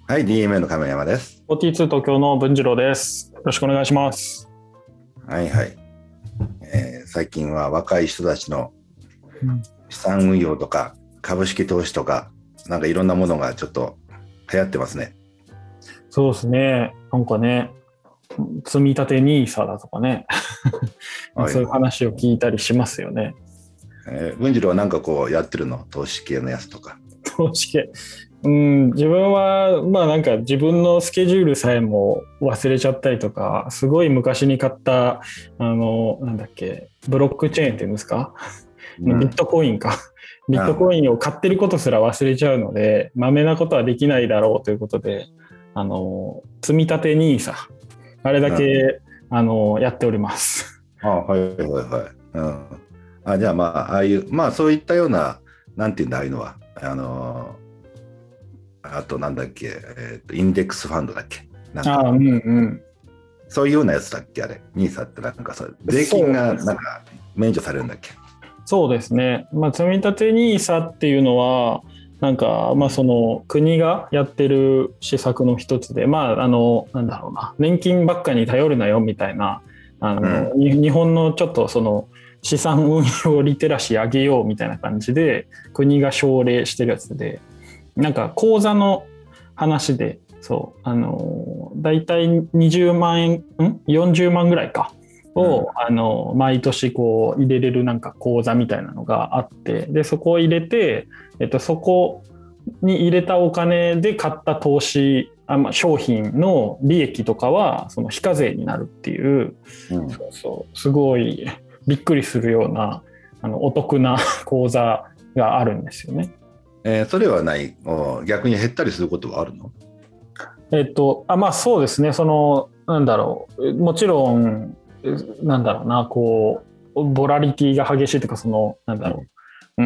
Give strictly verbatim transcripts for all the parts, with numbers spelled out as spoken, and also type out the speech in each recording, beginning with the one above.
はい、ディーエムエー の亀山です。 フォーティーツー東京の文次郎です。よろしくお願いします。 はいはい。えー、最近は若い人たちの資産運用とか株式投資とか、なんかいろんなものがちょっと流行ってますね。 そうですね。なんかね、積み立てニーサだとかね、 はい、 そういう話を聞いたりしますよね。 えー、文次郎はなんかこうやってるの？投資系のやつとか。 投資系。うん、自分は、まあなんか自分のスケジュールさえも忘れちゃったりとか、すごい昔に買った、あの、なんだっけ、ブロックチェーンっていうんですか、 うん、 ビットコインか。ビットコインを買ってることすら忘れちゃうので、まめなことはできないだろうということで、あの、積み立てニーサ、あれだけ、うん、あの、やっております。 ああ、はいはいはい。うん。あ、じゃあまあ、ああいう、まあそういったような、なんていうんだ、ああいうのは。あのー、あとなんだっけ、えーと、インデックスファンドだっけ。なんか、 ああ、うんうん。 そういうようなやつだっけ、あれ。ニーサってなんかそう、税金がなんか免除されるんだっけ。 そうですね。まあ、積み立てニーサっていうのは、なんか、まあ、その国がやってる施策の一つで、まあ、あの、なんだろうな、年金ばっかに頼るなよみたいな、あの、うん、日本のちょっとその資産運用リテラシー上げようみたいな感じで、国が奨励してるやつで、なんか口座の話で、そう、あの、だいたいにじゅうまんえん、ん ?よんじゅう 万ぐらいか。を、うん、あの毎年こう入れれるなんか口座みたいなのがあって、でそこを入れて、えっと、そこに入れたお金で買った投資あ、まあ、商品の利益とかはその非課税になるっていう、うん、そうそうすごいびっくりするようなあのお得な口座があるんですよね。 えー、それはない。逆に減ったりすることはあるの？ えっとあまあそうですね。そのなんだろう、もちろんなんだろうな、こうボラリティが激しいというか、そのなんだろう、うん、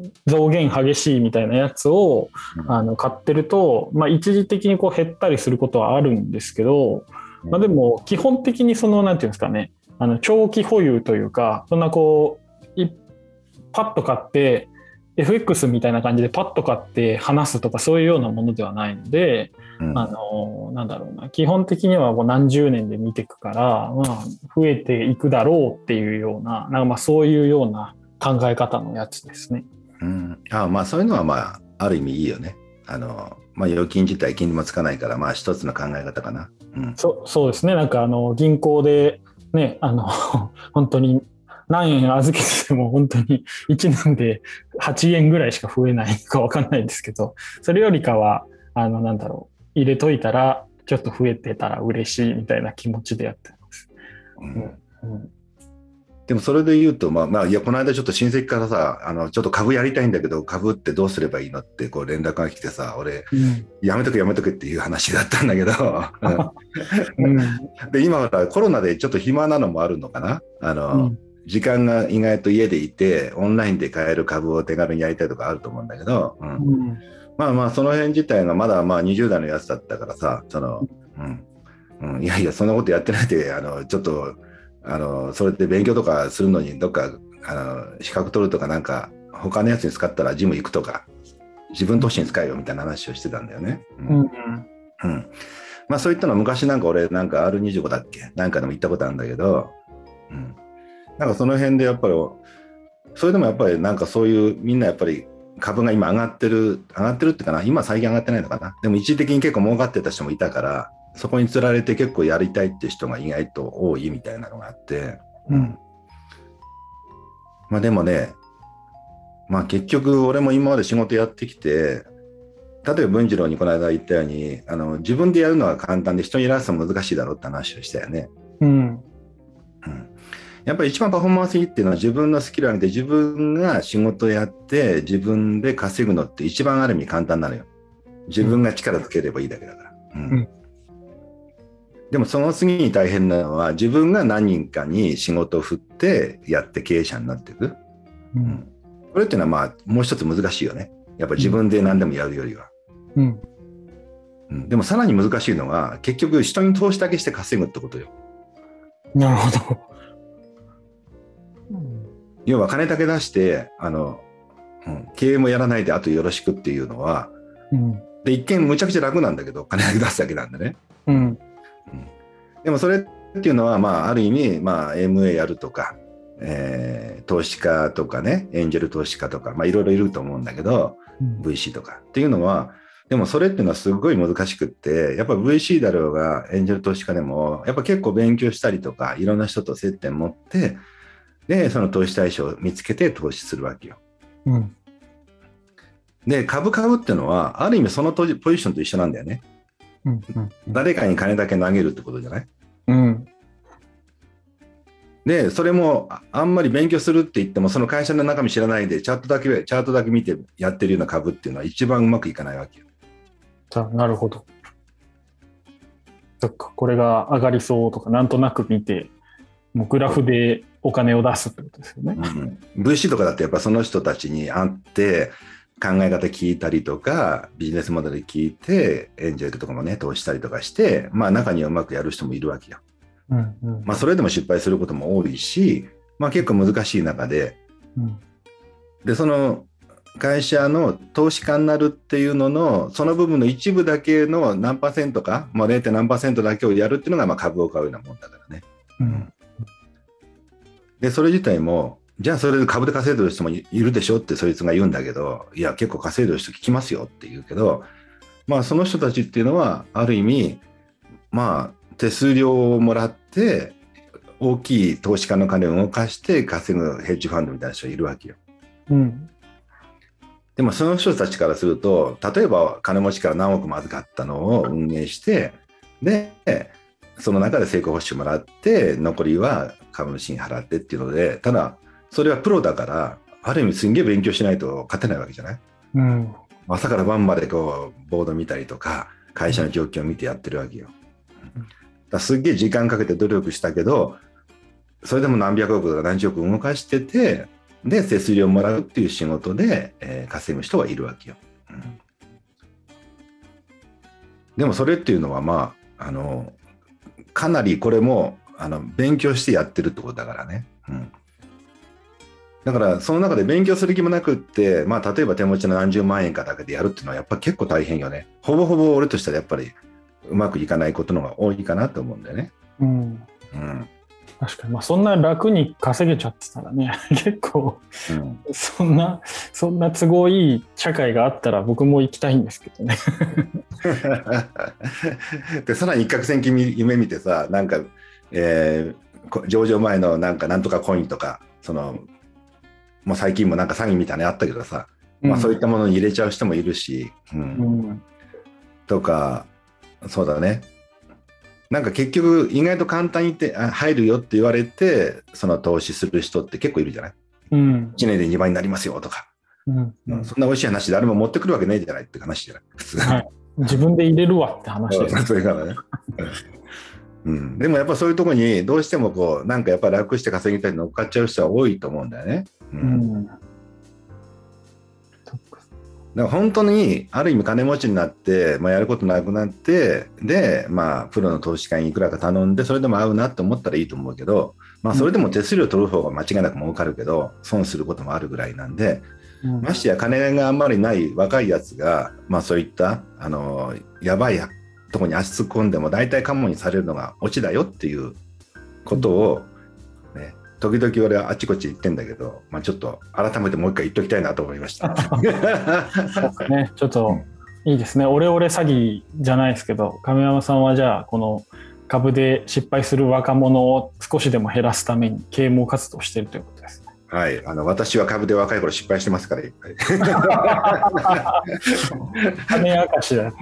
増減激しいみたいなやつを、うん、あの買ってると、まあ、一時的にこう減ったりすることはあるんですけど、まあ、でも基本的にそのなんていうんですかね、あの長期保有というか、そんなこうパッと買って エフエックス みたいな感じでパッと買って離すとかそういうようなものではないので、うん、あのなんだろうな、基本的にはもう何十年で見ていくから、まあ、増えていくだろうっていうような、なんかまあそういうような考え方のやつですね。 うん、あまあそういうのはまあある意味いいよね。あの、まあ、預金自体金利もつかないから、まあ一つの考え方かな。 うん、そ, そうですね。なんかあの銀行でね、あの本当に何円預けてても本当にいちねんではちえんぐらいしか増えないか分かんないんですけど、それよりかはあのなんだろう、入れといたらちょっと増えてたら嬉しいみたいな気持ちでやってます。うんうん、でもそれで言うと、まあまあ、いやこの間ちょっと親戚からさ、あのちょっと株やりたいんだけど株ってどうすればいいのってこう連絡が来てさ、俺、うん、やめとけやめとけっていう話だったんだけど、うん、で今はコロナでちょっと暇なのもあるのかな、あの、うん、時間が意外と家でいてオンラインで買える株を手軽にやりたいとかあると思うんだけど、うんうん、まあまあその辺自体がまだまあにじゅう代のやつだったからさ、その、うんうん、いやいやそんなことやってないで、あのちょっとあのそれって勉強とかするのにどっかあの資格取るとかなんか他のやつに使ったらジム行くとか自分投資に使えよみたいな話をしてたんだよね。うんうんうん、まあそういったのは昔なんか俺なんか アールにじゅうご だっけなんかでも言ったことあるんだけど、うん、なんかその辺でやっぱりそれでもやっぱりなんかそういうみんなやっぱり株が今上がってる上がってるってかな、今最近上がってないのかな、でも一時的に結構儲かってた人もいたからそこにつられて結構やりたいっていう人が意外と多いみたいなのがあって、うん、まあでもね、まあ結局俺も今まで仕事やってきて、例えば文次郎にこの間言ったようにあの自分でやるのは簡単で人にやらせるのは難しいだろうって話をしたよね。うんうん、やっぱり一番パフォーマンスいいっていうのは自分のスキルを上げて自分が仕事やって自分で稼ぐのって一番ある意味簡単なのよ。自分が力つければいいだけだから、うんうん、でもその次に大変なのは自分が何人かに仕事を振ってやって経営者になっていく、うんうん、これっていうのはまあもう一つ難しいよね。やっぱり自分で何でもやるよりは、うんうん、でもさらに難しいのが結局人に投資だけして稼ぐってことよ。 なるほど。 要は金だけ出してあの、うん、経営もやらないであとよろしくっていうのは、うん、 で一見むちゃくちゃ楽なんだけど、金だけ出すだけなんでね、 うん、 うん、でもそれっていうのは、まあ、ある意味、まあ、エムエー やるとか、えー、投資家とかね、エンジェル投資家とか、まあ、いろいろいると思うんだけど、うん、ブイシー とかっていうのは、でもそれっていうのはすごい難しくって、やっぱ ブイシー だろうがエンジェル投資家でもやっぱ結構勉強したりとか、いろんな人と接点持って、でその投資対象を見つけて投資するわけよ。うん、で株買うっていうのはある意味そのポジションと一緒なんだよね。うんうんうん、誰かに金だけ投げるってことじゃない？うん、でそれもあんまり勉強するって言ってもその会社の中身知らないでチャートだけチャートだけ見てやってるような株っていうのは一番うまくいかないわけよ。 なるほど。そっか、これが上がりそうとかなんとなく見てもうグラフでお金を出すってことですよね。うん、 ブイシー とかだってやっぱその人たちに会って考え方聞いたりとかビジネスモデル聞いてエンジェルとかもね投資したりとかして、まあ、中にはうまくやる人もいるわけよ。うんうん、まあ、それでも失敗することも多いし、まあ、結構難しい中で、うん、でその会社の投資家になるっていうののその部分の一部だけの何パーセントか、まあ、ゼロ. 何パーセントだけをやるっていうのがまあ株を買うようなもんだからね。うん、でそれ自体もじゃあそれで株で稼いでる人もいるでしょってそいつが言うんだけど、いや結構稼いでる人聞きますよって言うけど、まあその人たちっていうのはある意味まあ手数料をもらって大きい投資家の金を動かして稼ぐヘッジファンドみたいな人がいるわけよ。うん、でもその人たちからすると例えば金持ちから何億も預かったのを運営してでその中で成功報酬もらって残りは株主に払ってっていうので、ただそれはプロだからある意味すんげえ勉強しないと勝てないわけじゃない、うん、朝から晩までこうボード見たりとか会社の状況を見てやってるわけよ。だすっげえ時間かけて努力したけどそれでも何百億とか何十億動かしててで手数料をもらうっていう仕事で、えー、稼ぐ人はいるわけよ。うん、でもそれっていうのはまああのかなりこれもあの勉強してやってるってことだからね。うん、だからその中で勉強する気もなくって、まあ、例えば手持ちの何十万円かだけでやるっていうのはやっぱ結構大変よね。ほぼほぼ俺としたらやっぱりうまくいかないことの方が多いかなと思うんだよね。うん、 うん、確かに、まあ、そんな楽に稼げちゃってたらね結構、うん、そんなそんな都合いい社会があったら僕も行きたいんですけどねでさらに一攫千金夢見てさなんか、えー、上場前のなんかなんとかコインとかそのもう最近もなんか詐欺みたいなのあったけどさ、うんまあ、そういったものに入れちゃう人もいるし、うんうん、とかそうだねなんか結局意外と簡単にって入るよって言われてその投資する人って結構いるじゃない、うん、いちねんでにばいになりますよとか、うんうん、そんな美味しい話誰も持ってくるわけないじゃないって話じゃない普通、はい、 自分で入れるわって話です、ね、 それからねうん、でもやっぱそういうところにどうしてもこうなんかやっぱ楽して稼ぎたいに乗っかっちゃう人は多いと思うんだよね。うんうん、だから本当にある意味金持ちになって、まあ、やることなくなってで、まあ、プロの投資家にいくらか頼んでそれでも合うなと思ったらいいと思うけど、まあ、それでも手数料取る方が間違いなく儲かるけど損することもあるぐらいなんで、うん、ましてや金があんまりない若いやつが、まあ、そういったあのやばいとこに足突っ込んでも大体カモにされるのがオチだよっていうことを、ね、時々俺はあちこち言ってんだけど、まあ、ちょっと改めてもう一回言っときたいなと思いましたそうですね、ちょっといいですね、オレオレ詐欺じゃないですけど亀山さんはじゃあこの株で失敗する若者を少しでも減らすために啓蒙活動しているということですね。 はい、あの私は株で若い頃失敗してますからいっぱい種明かしだ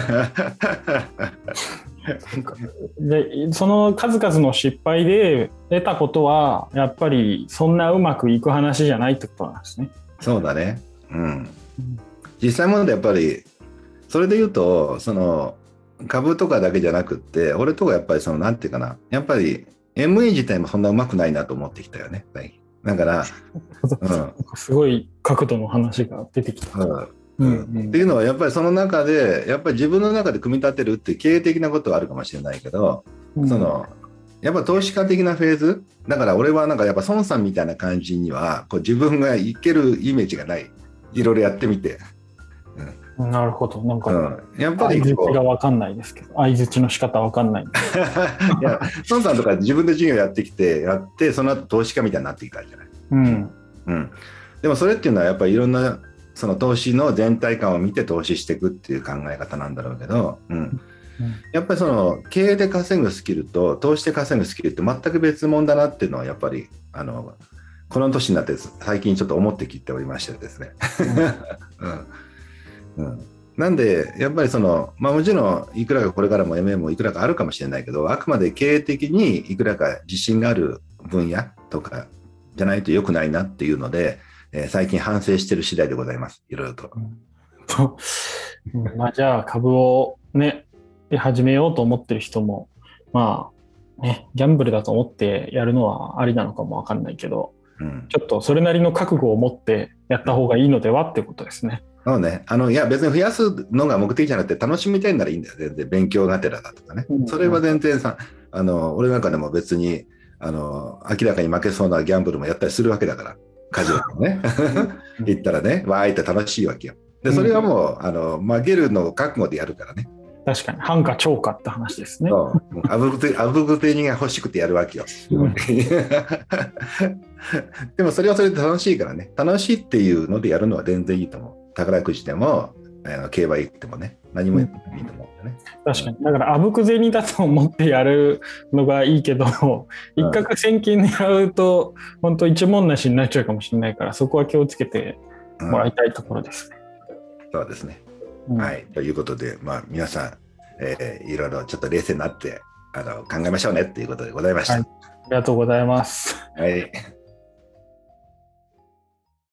でその数々の失敗で得たことはやっぱりそんなうまくいく話じゃないってことなんですね。 そうだね、うん、実際問題やっぱりそれで言うとその株とかだけじゃなくって俺とかやっぱりそのなんていうかなやっぱり エムエー 自体もそんなうまくないなと思ってきたよね。だから、 うん、すごい角度の話が出てきた、うんうんうん、っていうのはやっぱりその中でやっぱり自分の中で組み立てるって経営的なことはあるかもしれないけど、うん、そのやっぱ投資家的なフェーズだから俺はなんかやっぱ孫さんみたいな感じにはこう自分がいけるイメージがない。いろいろやってみて、うん、 なるほど。なんか、 うん、やっぱり相槌が分かんないですけど、相槌の仕方分かんないんで。 いや、孫さんとか自分で授業やってきて、やって、その後投資家みたいになっていくからじゃない。 うん。 うん。でもそれっていうのはやっぱりいろんなその投資の全体感を見て投資していくっていう考え方なんだろうけど、うん。うん、やっぱりその経営で稼ぐスキルと投資で稼ぐスキルって全く別物だなっていうのはやっぱりあのこの年になって最近ちょっと思ってきておりましてですね。うんうん、なんでやっぱりその、まあ、もちろんいくらかこれからも エムエー もいくらかあるかもしれないけど、あくまで経営的にいくらか自信がある分野とかじゃないと良くないなっていうので、えー、最近反省している次第でございます。いろいろと。 うん、まあじゃあ株をね始めようと思ってる人もまあねギャンブルだと思ってやるのはありなのかもわかんないけど、うん、ちょっとそれなりの覚悟を持ってやった方がいいのではってことですね。 そうね、あのいや別に増やすのが目的じゃなくて楽しみたいならいいんだよ。全然勉強がてらだとかね、うん、それは全然さ、あの俺なんかでも別にあの明らかに負けそうなギャンブルもやったりするわけだから、カジノもね行ったらねわーいって楽しいわけよ。でそれはもう、うん、あの負けるのを覚悟でやるからね。 確かに反か超かって話ですね。 あぶくてあぶくてにが欲しくてやるわけよ、うん、でもそれはそれで楽しいからね。楽しいっていうのでやるのは全然いいと思う。宝くじでも競馬行ってもね、何もいいと思うんだよね、 うん、確かに。だからあぶく銭だと思ってやるのがいいけど、うん、一攫千金狙うと本当一文なしになっちゃうかもしれないから、そこは気をつけてもらいたいところですね、 うん、そうですね、うん、はい。ということで、まあ、皆さん、えー、いろいろちょっと冷静になってあの考えましょうねっていうことでございました、はい、 ありがとうございます。 はい